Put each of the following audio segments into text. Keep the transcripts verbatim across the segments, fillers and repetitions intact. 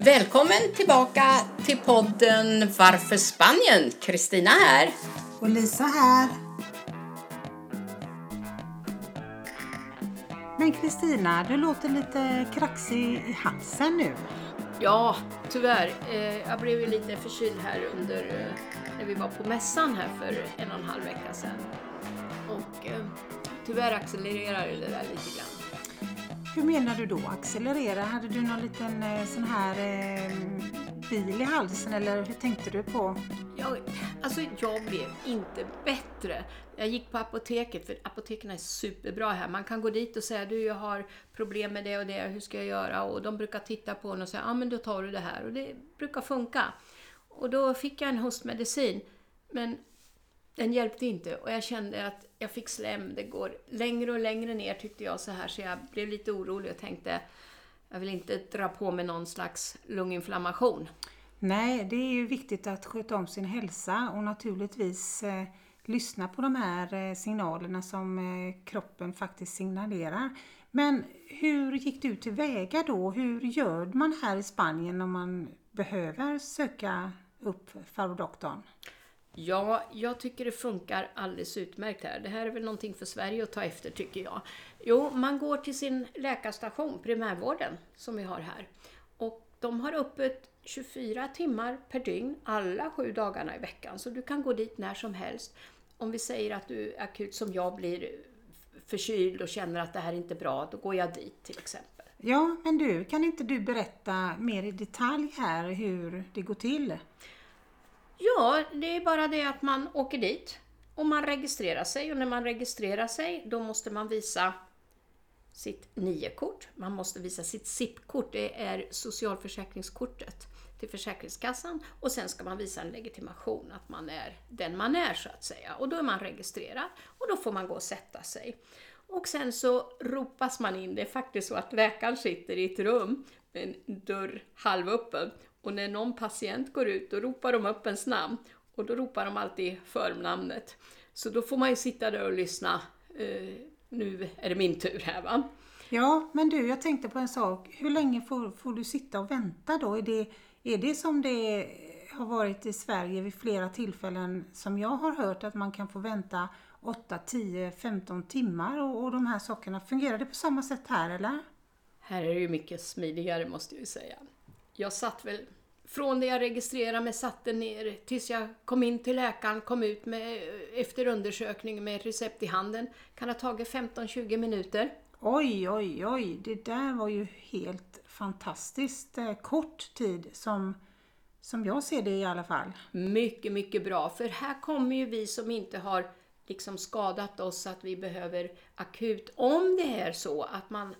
Välkommen tillbaka till podden Varför Spanien? Kristina här. Och Lisa här. Men Kristina, du låter lite kraxig i halsen nu. Ja, tyvärr. Eh, jag blev ju lite förkyld här under eh, när vi var på mässan här för en och en halv vecka sedan. Och eh, tyvärr accelererar det där lite grann. Hur menar du då accelerera? Hade du någon liten eh, sån här eh, bil i halsen eller hur tänkte du på? Jag, alltså jag blev inte bättre. Jag gick på apoteket, för apoteken är superbra här. Man kan gå dit och säga, du jag har problem med det och det, hur ska jag göra? Och de brukar titta på en och säga, ja ah, men då tar du det här. Och det brukar funka. Och då fick jag en hostmedicin, men den hjälpte inte. Och jag kände att jag fick slem, det går längre och längre ner tyckte jag så här. Så jag blev lite orolig och tänkte, jag vill inte dra på med någon slags lunginflammation. Nej, det är ju viktigt att sköta om sin hälsa och naturligtvis eh, lyssna på de här eh, signalerna som eh, kroppen faktiskt signalerar. Men hur gick du tillväga då? Hur gör man här i Spanien om man behöver söka upp farvodoktorn? Ja, jag tycker det funkar alldeles utmärkt här. Det här är väl någonting för Sverige att ta efter tycker jag. Jo, man går till sin läkarstation, primärvården, som vi har här. Och de har öppet tjugofyra timmar per dygn, alla sju dagarna i veckan. Så du kan gå dit när som helst. Om vi säger att du akut som jag blir förkyld och känner att det här inte är bra, då går jag dit till exempel. Ja, men du, kan inte du berätta mer i detalj här hur det går till? Ja, det är bara det att man åker dit och man registrerar sig. Och när man registrerar sig, då måste man visa sitt nio-kort. Man måste visa sitt S I P-kort, det är socialförsäkringskortet till Försäkringskassan. Och sen ska man visa en legitimation, att man är den man är så att säga. Och då är man registrerad och då får man gå och sätta sig. Och sen så ropas man in, det är faktiskt så att läkaren sitter i ett rum med en dörr halvöppen. Och när någon patient går ut, då ropar de upp ens namn. Och då ropar de alltid förnamnet. Så då får man ju sitta där och lyssna. Uh, nu är det min tur här va? Ja, men du, jag tänkte på en sak. Hur länge får, får du sitta och vänta då? Är det, är det som det har varit i Sverige vid flera tillfällen som jag har hört att man kan få vänta åtta, tio, femton timmar och, och de här sakerna? Fungerar det på samma sätt här eller? Här är det ju mycket smidigare måste jag ju säga. Jag satt väl, från det jag registrerade mig satte ner tills jag kom in till läkaren, kom ut med, efter undersökning med ett recept i handen. Kan ha tagit femton till tjugo minuter. Oj, oj, oj. Det där var ju helt fantastiskt eh, kort tid som, som jag ser det i alla fall. Mycket, mycket bra. För här kommer ju vi som inte har liksom skadat oss att vi behöver akut. Om det är så att man...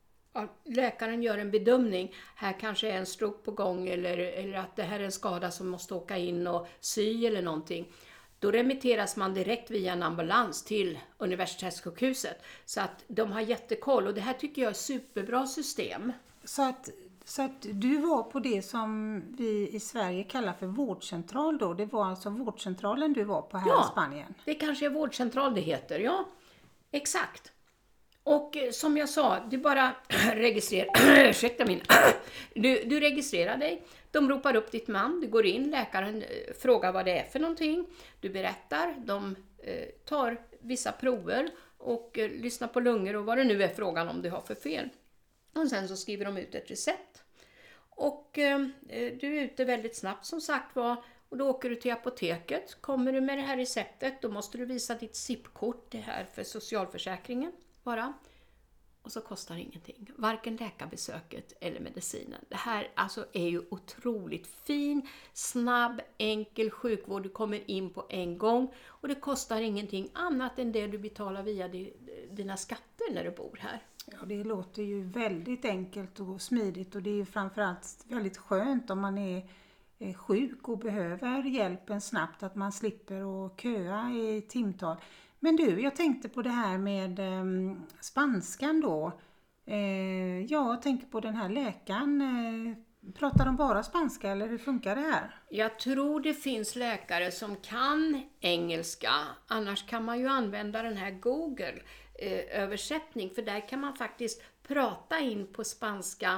läkaren gör en bedömning, här kanske är en stroke på gång eller, eller att det här är en skada som måste åka in och sy eller någonting. Då remitteras man direkt via en ambulans till universitetssjukhuset. Så att de har jättekoll och det här tycker jag är ett superbra system. Så att, så att du var på det som vi i Sverige kallar för vårdcentral då? Det var alltså vårdcentralen du var på här ja, i Spanien? Det kanske är vårdcentral det heter, ja. Exakt. Och som jag sa, du bara registrerar, ursäkta min, du, du registrerar dig, de ropar upp ditt namn, du går in, läkaren frågar vad det är för någonting, du berättar, de eh, tar vissa prover och eh, lyssnar på lungor och vad det nu är frågan om du har för fel. Och sen så skriver de ut ett recept. Och eh, du är ute väldigt snabbt som sagt var. Och då åker du till apoteket, kommer du med det här receptet, då måste du visa ditt S I P-kort, det här för socialförsäkringen. Bara. Och så kostar ingenting. Varken läkarbesöket eller medicinen. Det här alltså är ju otroligt fin, snabb, enkel sjukvård. Du kommer in på en gång. Och det kostar ingenting annat än det du betalar via dina skatter när du bor här. Ja, det låter ju väldigt enkelt och smidigt. Och det är ju framförallt väldigt skönt om man är sjuk och behöver hjälpen snabbt. Att man slipper att köa i timtal. Men du, jag tänkte på det här med eh, spanskan då. Eh, jag tänker på den här läkaren. Eh, pratar de bara spanska eller hur funkar det här? Jag tror det finns läkare som kan engelska. Annars kan man ju använda den här Google eh, översättning. För där kan man faktiskt prata in på spanska.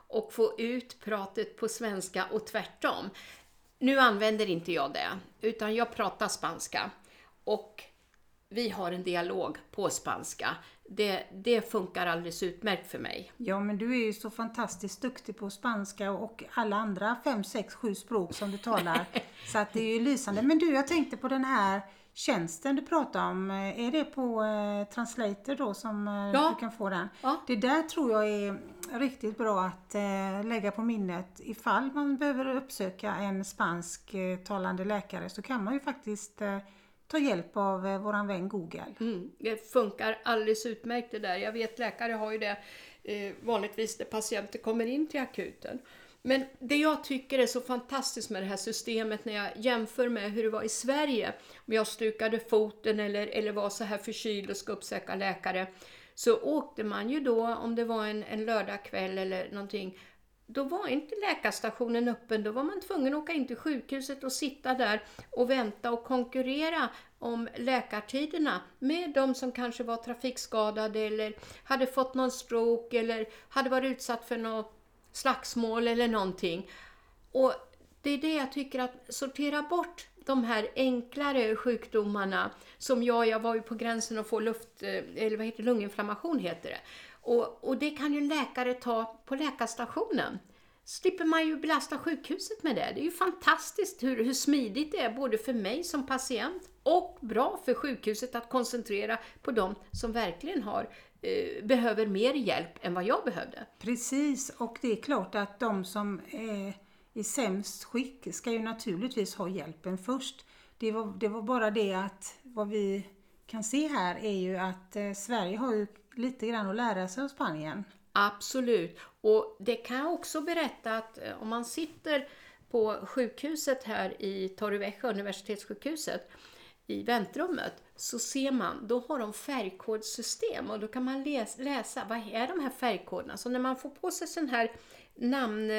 och få ut pratet på svenska och tvärtom. Nu använder inte jag det, utan jag pratar spanska och vi har en dialog på spanska. Det, det funkar alldeles utmärkt för mig. Ja, men du är ju så fantastiskt duktig på spanska och alla andra fem, sex, sju språk som du talar. Så att det är ju lysande. Men du, jag tänkte på den här tjänsten du pratar om. Är det på eh, Translator då som eh, ja. du kan få den? Ja. Det där tror jag är riktigt bra att eh, lägga på minnet. Ifall man behöver uppsöka en spansk eh, talande läkare så kan man ju faktiskt eh, ta hjälp av eh, våran vän Google. Mm, det funkar alldeles utmärkt det där. Jag vet läkare har ju det eh, vanligtvis när patienter kommer in till akuten. Men det jag tycker är så fantastiskt med det här systemet när jag jämför med hur det var i Sverige. Om jag stukade foten eller, eller var så här förkyld och ska uppsöka läkare. Så åkte man ju då, om det var en, en lördagkväll eller någonting. Då var inte läkarstationen öppen. Då var man tvungen att åka in till sjukhuset och sitta där och vänta och konkurrera om läkartiderna med de som kanske var trafikskadade eller hade fått någon stroke eller hade varit utsatt för något slagsmål eller någonting. Och det är det jag tycker, att sortera bort de här enklare sjukdomarna som jag, jag var ju på gränsen att få luft, eller vad heter lunginflammation heter det. Och, och det kan ju läkare ta på läkarstationen. Slipper man ju belasta sjukhuset med det. Det är ju fantastiskt hur, hur smidigt det är både för mig som patient och bra för sjukhuset att koncentrera på de som verkligen har eh, behöver mer hjälp än vad jag behövde. Precis, och det är klart att de som är i sämst skick ska ju naturligtvis ha hjälpen först. Det var, det var bara det att vad vi kan se här är ju att eh, Sverige har ju lite grann att lära sig av Spanien. Absolut, och det kan jag också berätta att eh, om man sitter på sjukhuset här i Torrevieja, universitetssjukhuset, i väntrummet, så ser man, då har de färgkodsystem och då kan man läsa, läsa vad är de här färgkoderna. Så när man får på sig sån här namn,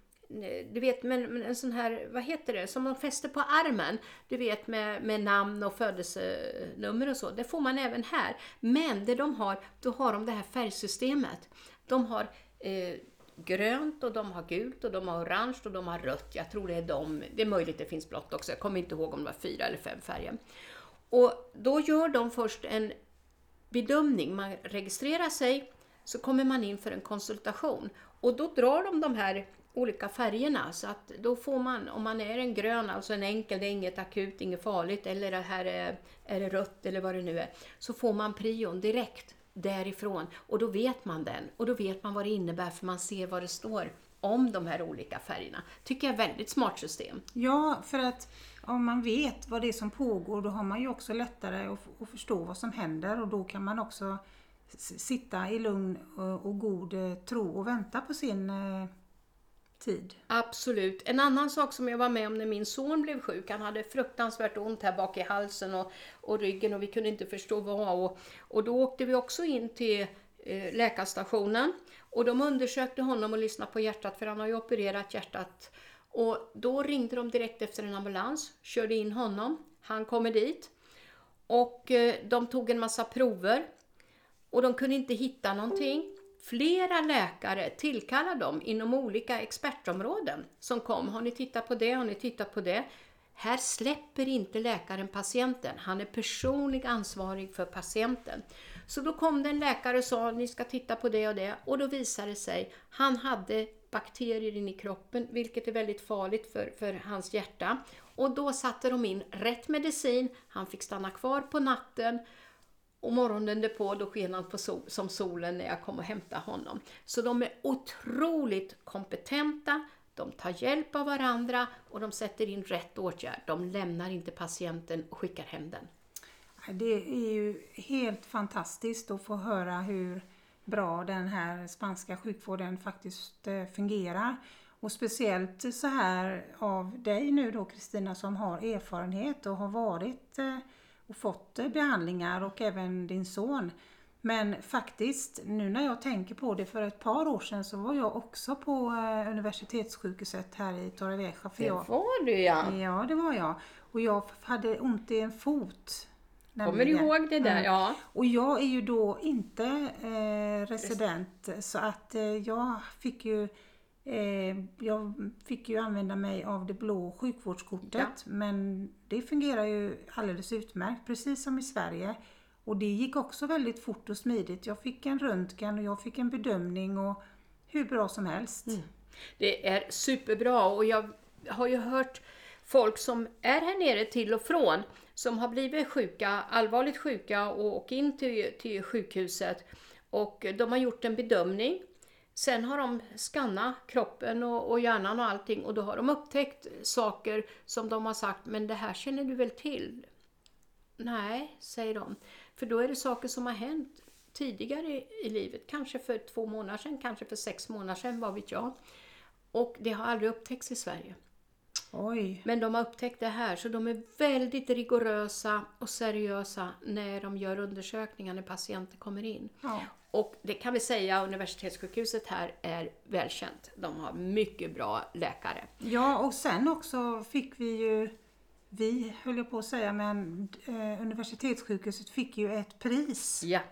du vet, men en sån här, vad heter det, som man fäster på armen, du vet, med, med namn och födelsenummer och så, det får man även här. Men det de har, då har de det här färgsystemet. De har eh, grönt och de har gult och de har orange och de har rött. Jag tror det är de, det är möjligt det finns blått också. Jag kommer inte ihåg om det var fyra eller fem färger. Och då gör de först en bedömning. Man registrerar sig, så kommer man in för en konsultation. Och då drar de de här olika färgerna, så att då får man, om man är en grön, alltså en enkel, det är inget akut, inget farligt, eller det här är, är det rött eller vad det nu är, så får man prion direkt därifrån och då vet man den och då vet man vad det innebär, för man ser vad det står om de här olika färgerna. Tycker jag är ett väldigt smart system. Ja, för att om man vet vad det är som pågår, då har man ju också lättare att, att förstå vad som händer, och då kan man också sitta i lugn och, och god tro och vänta på sin eh, tid. Absolut. En annan sak som jag var med om när min son blev sjuk, han hade fruktansvärt ont här bak i halsen och, och ryggen och vi kunde inte förstå vad. Och, och då åkte vi också in till eh, läkarstationen och de undersökte honom och lyssnade på hjärtat, för han har ju opererat hjärtat. Och då ringde de direkt efter en ambulans, körde in honom, han kommer dit och eh, de tog en massa prover och de kunde inte hitta någonting. Flera läkare tillkallade dem inom olika expertområden som kom. Har ni tittat på det? Har ni tittat på det? Här släpper inte läkaren patienten. Han är personligt ansvarig för patienten. Så då kom det en läkare och sa, ni ska titta på det och det. Och då visade det sig, han hade bakterier in i kroppen, vilket är väldigt farligt för, för hans hjärta. Och då satte de in rätt medicin. Han fick stanna kvar på natten. Och morgonen därpå, då sken han på sol, som solen när jag kom och hämtade honom. Så de är otroligt kompetenta, de tar hjälp av varandra och de sätter in rätt åtgärd. De lämnar inte patienten och skickar hem den. Det är ju helt fantastiskt att få höra hur bra den här spanska sjukvården faktiskt fungerar. Och speciellt så här av dig nu då, Kristina, som har erfarenhet och har varit och fått behandlingar, och även din son. Men faktiskt, nu när jag tänker på det, för ett par år sedan så var jag också på universitetssjukhuset här i Torrevieja. Det var du, ja. Ja, det var jag. Och jag hade ont i en fot. Kommer du ihåg det där? Ja. Mm. Och jag är ju då inte eh, resident, så att eh, jag fick ju Eh, jag fick ju använda mig av det blå sjukvårdskortet, Ja. men det fungerar ju alldeles utmärkt, precis som i Sverige. Och det gick också väldigt fort och smidigt. Jag fick en röntgen och jag fick en bedömning och hur bra som helst. Mm. Det är superbra och jag har ju hört folk som är här nere till och från som har blivit sjuka, allvarligt sjuka och åkt in till, till sjukhuset och de har gjort en bedömning. Sen har de skannat kroppen och, och hjärnan och allting och då har de upptäckt saker som de har sagt, men det här känner du väl till? Nej, säger de. För då är det saker som har hänt tidigare i, i livet. Kanske för två månader sedan, kanske för sex månader sedan, vad vet jag. Och det har aldrig upptäckts i Sverige. Oj. Men de har upptäckt det här, så de är väldigt rigorösa och seriösa när de gör undersökningar när patienter kommer in. Ja. Och det kan vi säga, universitetssjukhuset här är välkänt. De har mycket bra läkare. Ja, och sen också fick vi ju, vi höll jag på att säga, men eh, universitetssjukhuset fick ju ett pris Ja,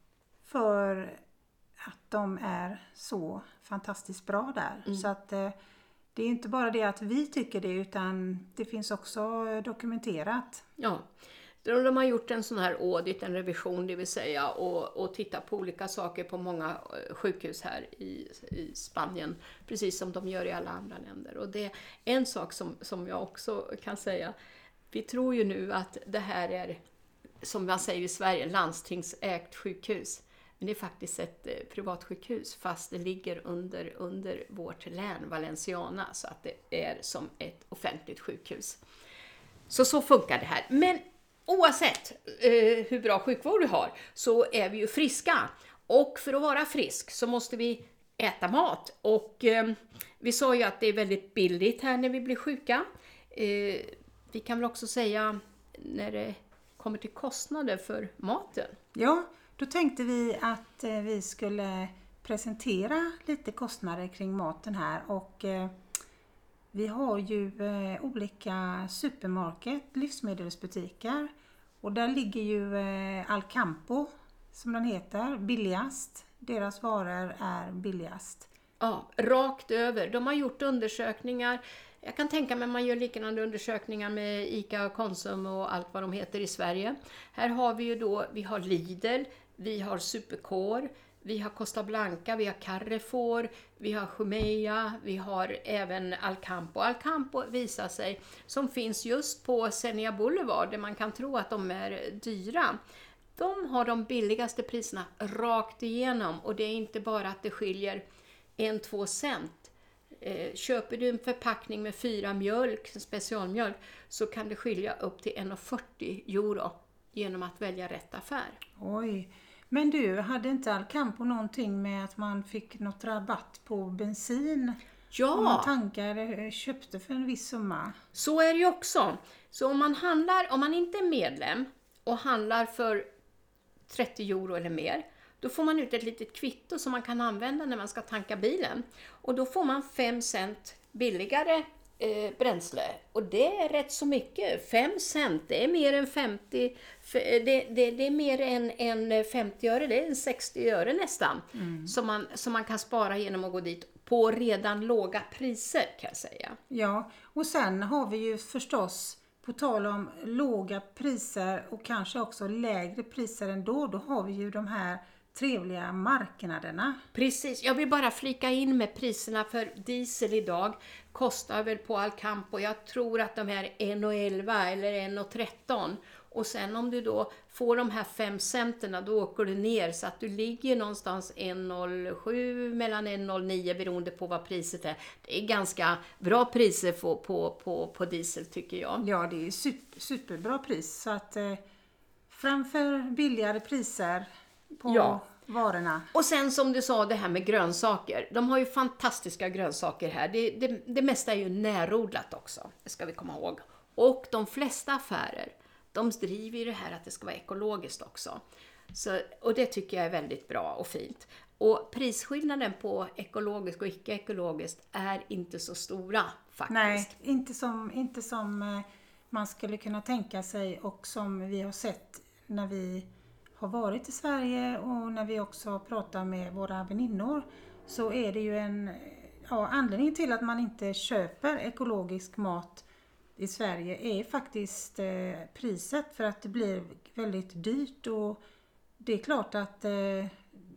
för att de är så fantastiskt bra där. Mm. Så att eh, det är inte bara det att vi tycker det, utan det finns också dokumenterat. ja. De har gjort en sån här audit, en revision det vill säga, och, och tittat på olika saker på många eh, sjukhus här i, i Spanien, precis som de gör i alla andra länder. Och det är en sak som, som jag också kan säga, vi tror ju nu att det här är, som man säger i Sverige, landstingsägt sjukhus. Men det är faktiskt ett eh, privatsjukhus, fast det ligger under, under vårt län, Valenciana, så att det är som ett offentligt sjukhus. Så så funkar det här. Men oavsett eh, hur bra sjukvård du har så är vi ju friska. Och för att vara frisk så måste vi äta mat. Och eh, vi sa ju att det är väldigt billigt här när vi blir sjuka. Eh, vi kan väl också säga när det kommer till kostnader för maten. Ja, då tänkte vi att eh, vi skulle presentera lite kostnader kring maten här. Och eh, vi har ju eh, olika supermarket, livsmedelsbutiker. Och där ligger ju eh, Alcampo, som den heter, billigast. Deras varor är billigast. Ja, rakt över. De har gjort undersökningar. Jag kan tänka mig att man gör liknande undersökningar med ICA och Konsum och allt vad de heter i Sverige. Här har vi ju då, vi har Lidl, vi har Supercore, vi har Costa Blanca, vi har Carrefour, vi har Jumeirah, vi har även Alcampo. Alcampo visar sig, som finns just på Senia Boulevard, där man kan tro att de är dyra. De har de billigaste priserna rakt igenom, och det är inte bara att det skiljer en, två cent. Eh, köper du en förpackning med fyra mjölk, en specialmjölk, så kan det skilja upp till en komma fyrtio euro genom att välja rätt affär. Oj, men du, hade inte Alcampo någonting med att man fick något rabatt på bensin? Ja! Om man tankade, köpte för en viss summa. Så är det ju också. Så om man handlar, om man inte är medlem och handlar för trettio euro eller mer, då får man ut ett litet kvitto som man kan använda när man ska tanka bilen. Och då får man fem cent billigare eh, bränsle. Och det är rätt så mycket. fem cent, det är mer än femtio, det, det, det är mer än, än femtio öre, det är en sextio öre nästan. Mm. Som, man, som man kan spara genom att gå dit på redan låga priser, kan jag säga. Ja, och sen har vi ju förstås, på tal om låga priser och kanske också lägre priser ändå, då har vi ju de här trevliga marknaderna. Precis, jag vill bara flika in med priserna, för diesel idag kostar väl på Alcampo, jag tror att de här en komma elva eller en komma tretton. Och sen om du då får de här fem centerna, då åker du ner så att du ligger någonstans en komma noll sju mellan en komma noll nio beroende på vad priset är. Det är ganska bra priser på, på, på, på diesel, tycker jag. Ja, det är super, superbra pris, så att eh, framför billigare priser på Ja. varorna. Och sen som du sa, det här med grönsaker. De har ju fantastiska grönsaker här. Det, det, det mesta är ju närodlat också, det ska vi komma ihåg. Och de flesta affärer, de driver ju det här att det ska vara ekologiskt också. Så, och det tycker jag är väldigt bra och fint. Och prisskillnaden på ekologiskt och icke-ekologiskt är inte så stora faktiskt. Nej, inte som, inte som eh, man skulle kunna tänka sig, och som vi har sett när vi har varit i Sverige och när vi också pratar med våra väninnor, så är det ju en, ja, anledningen till att man inte köper ekologisk mat i Sverige är faktiskt eh, priset, för att det blir väldigt dyrt, och det är klart att eh,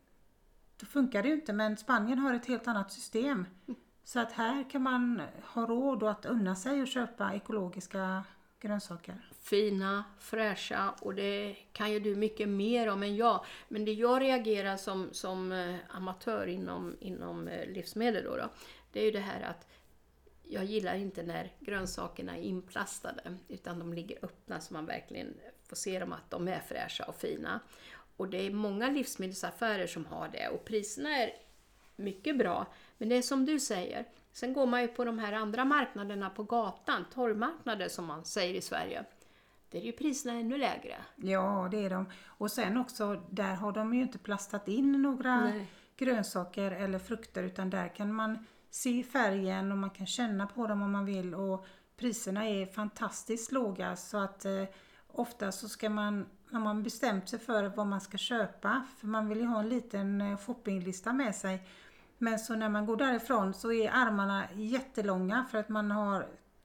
då funkar det ju inte, men Spanien har ett helt annat system. Så att här kan man ha råd att unna sig och köpa ekologiska grönsaker. Fina, fräscha, och det kan ju du mycket mer om än jag. Men det jag reagerar som, som eh, amatör inom, inom eh, livsmedel då, då, det är ju det här att jag gillar inte när grönsakerna är inplastade, utan de ligger öppna så man verkligen får se dem att de är fräscha och fina. Och det är många livsmedelsaffärer som har det, och priserna är mycket bra. Men det är som du säger, sen går man ju på de här andra marknaderna på gatan, torgmarknader som man säger i Sverige. Där är ju priserna ännu lägre. Ja, det är de. Och sen också, där har de ju inte plastat in några Nej. grönsaker eller frukter, utan där kan man se färgen och man kan känna på dem om man vill, och priserna är fantastiskt låga, så att eh, ofta så ska man, när man bestämt sig för vad man ska köpa, för man vill ju ha en liten eh, shoppinglista med sig, men så när man går därifrån så är armarna jättelånga för att man har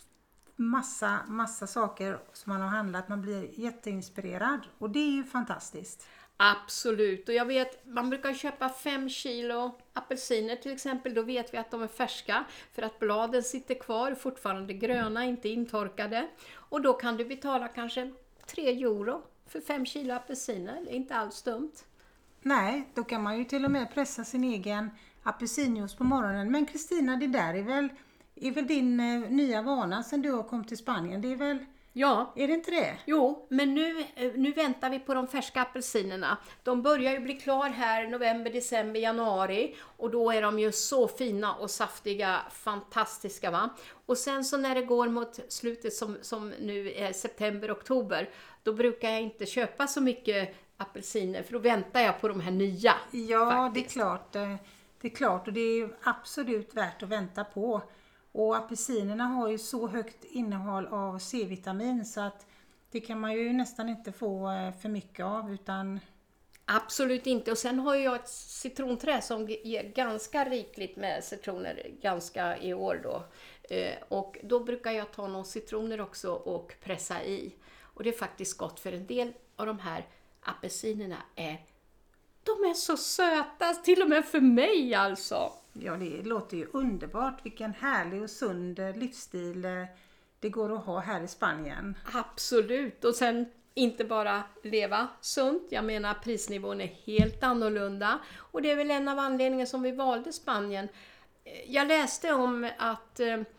massa, massa saker som man har handlat, man blir jätteinspirerad, och det är ju fantastiskt. Absolut, och jag vet, man brukar köpa fem kilo apelsiner till exempel, då vet vi att de är färska för att bladen sitter kvar, fortfarande gröna, inte intorkade, och då kan du betala kanske tre euro för fem kilo apelsiner, det är inte alls dumt. Nej, då kan man ju till och med pressa sin egen apelsinjuice på morgonen. Men Kristina, det där är väl, är väl din eh, nya vana sen du har kommit till Spanien, det är väl... Ja. Är det inte det? Jo, men nu, nu väntar vi på de färska apelsinerna. De börjar ju bli klar här november, december, januari. Och då är de ju så fina och saftiga, fantastiska va. Och sen så när det går mot slutet som, som nu är september, oktober. Då brukar jag inte köpa så mycket apelsiner, för då väntar jag på de här nya. Ja, faktiskt. det är klart. Det är klart, och det är ju absolut värt att vänta på. Och apelsinerna har ju så högt innehåll av C-vitamin så att det kan man ju nästan inte få för mycket av, utan... Absolut inte. Och sen har jag ett citronträd som ger ganska rikligt med citroner ganska i år då. Eh, och då brukar jag ta några citroner också och pressa i. Och det är faktiskt gott, för en del av de här apelsinerna är, de är så söta, till och med för mig alltså. Ja, det låter ju underbart. Vilken härlig och sund livsstil det går att ha här i Spanien. Absolut. Och sen inte bara leva sunt. Jag menar, prisnivån är helt annorlunda. Och det är väl en av anledningarna som vi valde Spanien. Jag läste om att,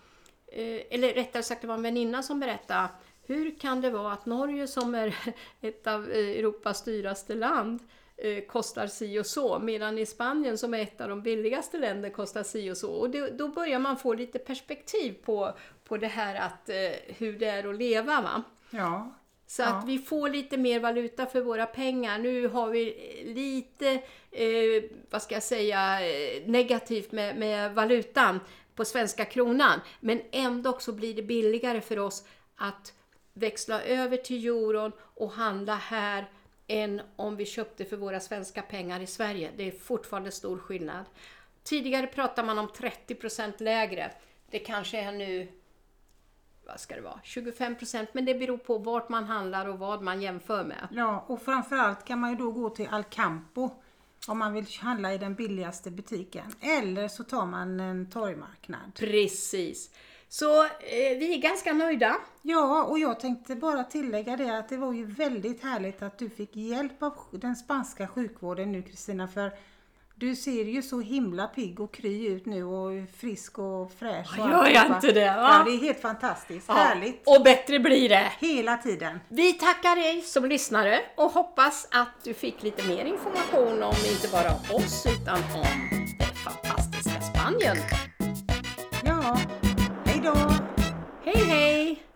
eller rättare sagt det var en väninna som berättade, hur kan det vara att Norge som är ett av Europas dyraste land kostar si och så, medan i Spanien som är ett av de billigaste länderna kostar si och så. Och det, då börjar man få lite perspektiv på, på det här att eh, hur det är att leva va? Ja. Så ja. att vi får lite mer valuta för våra pengar. Nu har vi lite, eh, vad ska jag säga, negativt med, med valutan på svenska kronan. Men ändå så blir det billigare för oss att växla över till euron och handla här än om vi köpte för våra svenska pengar i Sverige. Det är fortfarande stor skillnad. Tidigare pratade man om trettio procent lägre. Det kanske är nu, vad ska det vara, tjugofem procent. Men det beror på vart man handlar och vad man jämför med. Ja, och framförallt kan man ju då gå till Alcampo om man vill handla i den billigaste butiken. Eller så tar man en torgmarknad. Precis. Så eh, vi är ganska nöjda. Ja, och jag tänkte bara tillägga det att det var ju väldigt härligt att du fick hjälp av den spanska sjukvården nu, Kristina, för du ser ju så himla pigg och kry ut nu och frisk och fräsch. Och gör jag inte det, va? Ja, det är helt fantastiskt. Ja, härligt. och bättre blir det. Hela tiden. Vi tackar dig som lyssnare och hoppas att du fick lite mer information om inte bara oss utan om det fantastiska Spanien. Ja, hej då! Hej hej!